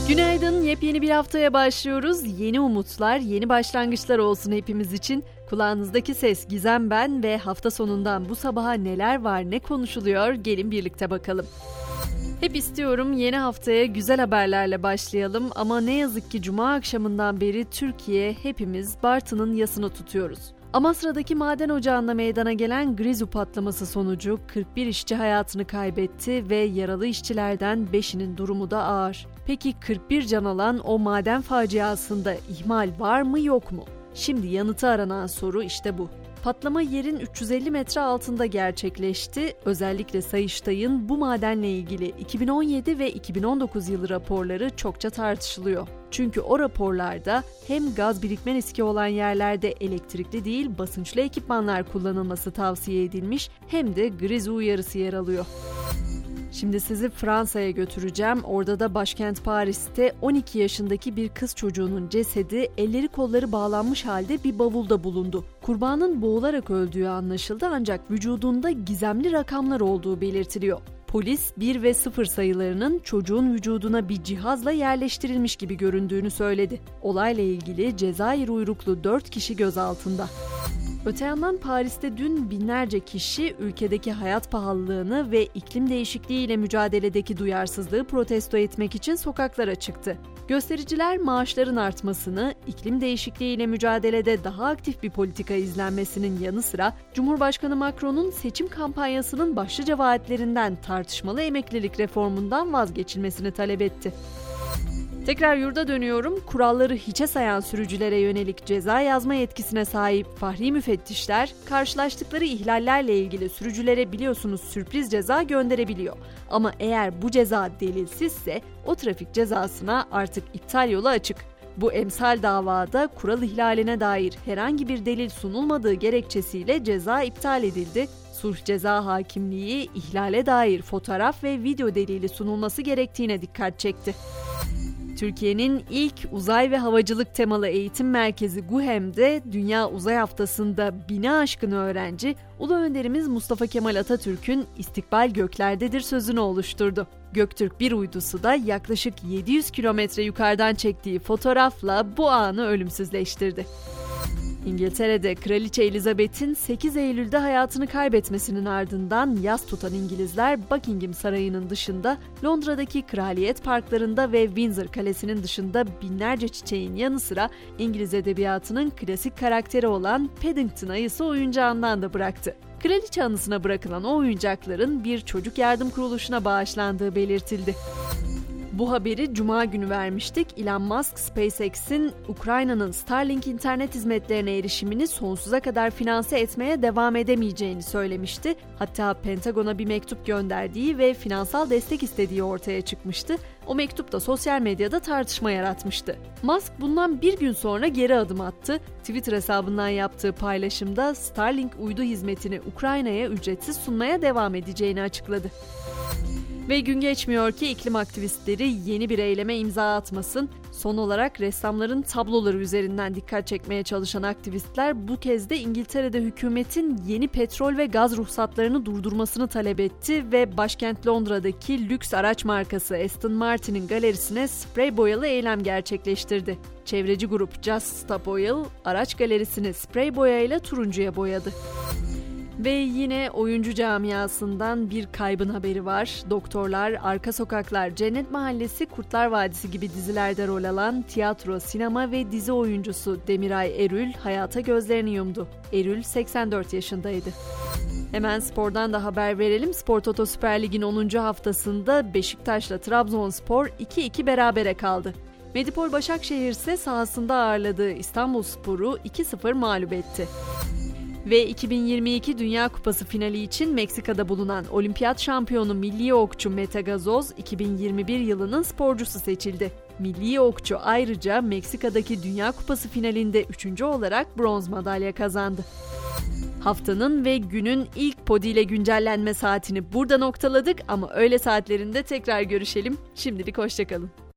Günaydın, yepyeni bir haftaya başlıyoruz. Yeni umutlar, yeni başlangıçlar olsun hepimiz için. Kulağınızdaki ses Gizem ben ve hafta sonundan bu sabaha neler var, ne konuşuluyor? Gelin birlikte bakalım. Hep istiyorum yeni haftaya güzel haberlerle başlayalım ama ne yazık ki Cuma akşamından beri Türkiye hepimiz Bartın'ın yasını tutuyoruz. Amasra'daki maden ocağında meydana gelen Grizu patlaması sonucu 41 işçi hayatını kaybetti ve yaralı işçilerden 5'inin durumu da ağır. Peki 41 can alan o maden faciasında ihmal var mı yok mu? Şimdi yanıtı aranan soru işte bu. Patlama yerin 350 metre altında gerçekleşti. Özellikle Sayıştay'ın bu madenle ilgili 2017 ve 2019 yılı raporları çokça tartışılıyor. Çünkü o raporlarda hem gaz birikme riski olan yerlerde elektrikli değil basınçlı ekipmanlar kullanılması tavsiye edilmiş hem de Grizu uyarısı yer alıyor. Şimdi sizi Fransa'ya götüreceğim. Orada da başkent Paris'te 12 yaşındaki bir kız çocuğunun cesedi elleri kolları bağlanmış halde bir bavulda bulundu. Kurbanın boğularak öldüğü anlaşıldı ancak vücudunda gizemli rakamlar olduğu belirtiliyor. Polis 1 ve 0 sayılarının çocuğun vücuduna bir cihazla yerleştirilmiş gibi göründüğünü söyledi. Olayla ilgili Cezayir uyruklu 4 kişi gözaltında. Öte yandan Paris'te dün binlerce kişi ülkedeki hayat pahalılığını ve iklim değişikliğiyle mücadeledeki duyarsızlığı protesto etmek için sokaklara çıktı. Göstericiler maaşların artmasını, iklim değişikliğiyle mücadelede daha aktif bir politika izlenmesinin yanı sıra Cumhurbaşkanı Macron'un seçim kampanyasının başlıca vaatlerinden tartışmalı emeklilik reformundan vazgeçilmesini talep etti. Tekrar yurda dönüyorum. Kuralları hiçe sayan sürücülere yönelik ceza yazma yetkisine sahip fahri müfettişler, karşılaştıkları ihlallerle ilgili sürücülere biliyorsunuz sürpriz ceza gönderebiliyor. Ama eğer bu ceza delilsizse o trafik cezasına artık iptal yolu açık. Bu emsal davada kural ihlaline dair herhangi bir delil sunulmadığı gerekçesiyle ceza iptal edildi. Sulh Ceza Hakimliği ihlale dair fotoğraf ve video delili sunulması gerektiğine dikkat çekti. Türkiye'nin ilk uzay ve havacılık temalı eğitim merkezi GUHEM'de Dünya Uzay Haftası'nda 1000'e aşkın öğrenci, Ulu Önderimiz Mustafa Kemal Atatürk'ün "İstikbal göklerdedir" sözünü oluşturdu. Göktürk 1 uydusu da yaklaşık 700 kilometre yukarıdan çektiği fotoğrafla bu anı ölümsüzleştirdi. İngiltere'de Kraliçe Elizabeth'in 8 Eylül'de hayatını kaybetmesinin ardından yas tutan İngilizler Buckingham Sarayı'nın dışında Londra'daki Kraliyet Parkları'nda ve Windsor Kalesi'nin dışında binlerce çiçeğin yanı sıra İngiliz edebiyatının klasik karakteri olan Paddington ayısı oyuncağından da bıraktı. Kraliçe anısına bırakılan o oyuncakların bir çocuk yardım kuruluşuna bağışlandığı belirtildi. Bu haberi Cuma günü vermiştik. Elon Musk, SpaceX'in Ukrayna'nın Starlink internet hizmetlerine erişimini sonsuza kadar finanse etmeye devam edemeyeceğini söylemişti. Hatta Pentagon'a bir mektup gönderdiği ve finansal destek istediği ortaya çıkmıştı. O mektup da sosyal medyada tartışma yaratmıştı. Musk bundan bir gün sonra geri adım attı. Twitter hesabından yaptığı paylaşımda Starlink uydu hizmetini Ukrayna'ya ücretsiz sunmaya devam edeceğini açıkladı. Ve gün geçmiyor ki iklim aktivistleri yeni bir eyleme imza atmasın. Son olarak ressamların tabloları üzerinden dikkat çekmeye çalışan aktivistler bu kez de İngiltere'de hükümetin yeni petrol ve gaz ruhsatlarını durdurmasını talep etti ve başkent Londra'daki lüks araç markası Aston Martin'in galerisine sprey boyalı eylem gerçekleştirdi. Çevreci grup Just Stop Oil, araç galerisini sprey boyayla turuncuya boyadı. Ve yine oyuncu camiasından bir kaybın haberi var. Doktorlar, Arka Sokaklar, Cennet Mahallesi, Kurtlar Vadisi gibi dizilerde rol alan tiyatro, sinema ve dizi oyuncusu Demiray Erül hayata gözlerini yumdu. Erül 84 yaşındaydı. Hemen spordan da haber verelim. Spor Toto Süper Lig'in 10. haftasında Beşiktaş'la Trabzonspor 2-2 berabere kaldı. Medipol Başakşehir ise sahasında ağırladığı İstanbulspor'u 2-0 mağlup etti. Ve 2022 Dünya Kupası finali için Meksika'da bulunan olimpiyat şampiyonu milli okçu Mete Gazoz 2021 yılının sporcusu seçildi. Milli okçu ayrıca Meksika'daki Dünya Kupası finalinde 3. olarak bronz madalya kazandı. Haftanın ve günün ilk Podi ile güncellenme saatini burada noktaladık ama öğle saatlerinde tekrar görüşelim. Şimdilik hoşça kalın.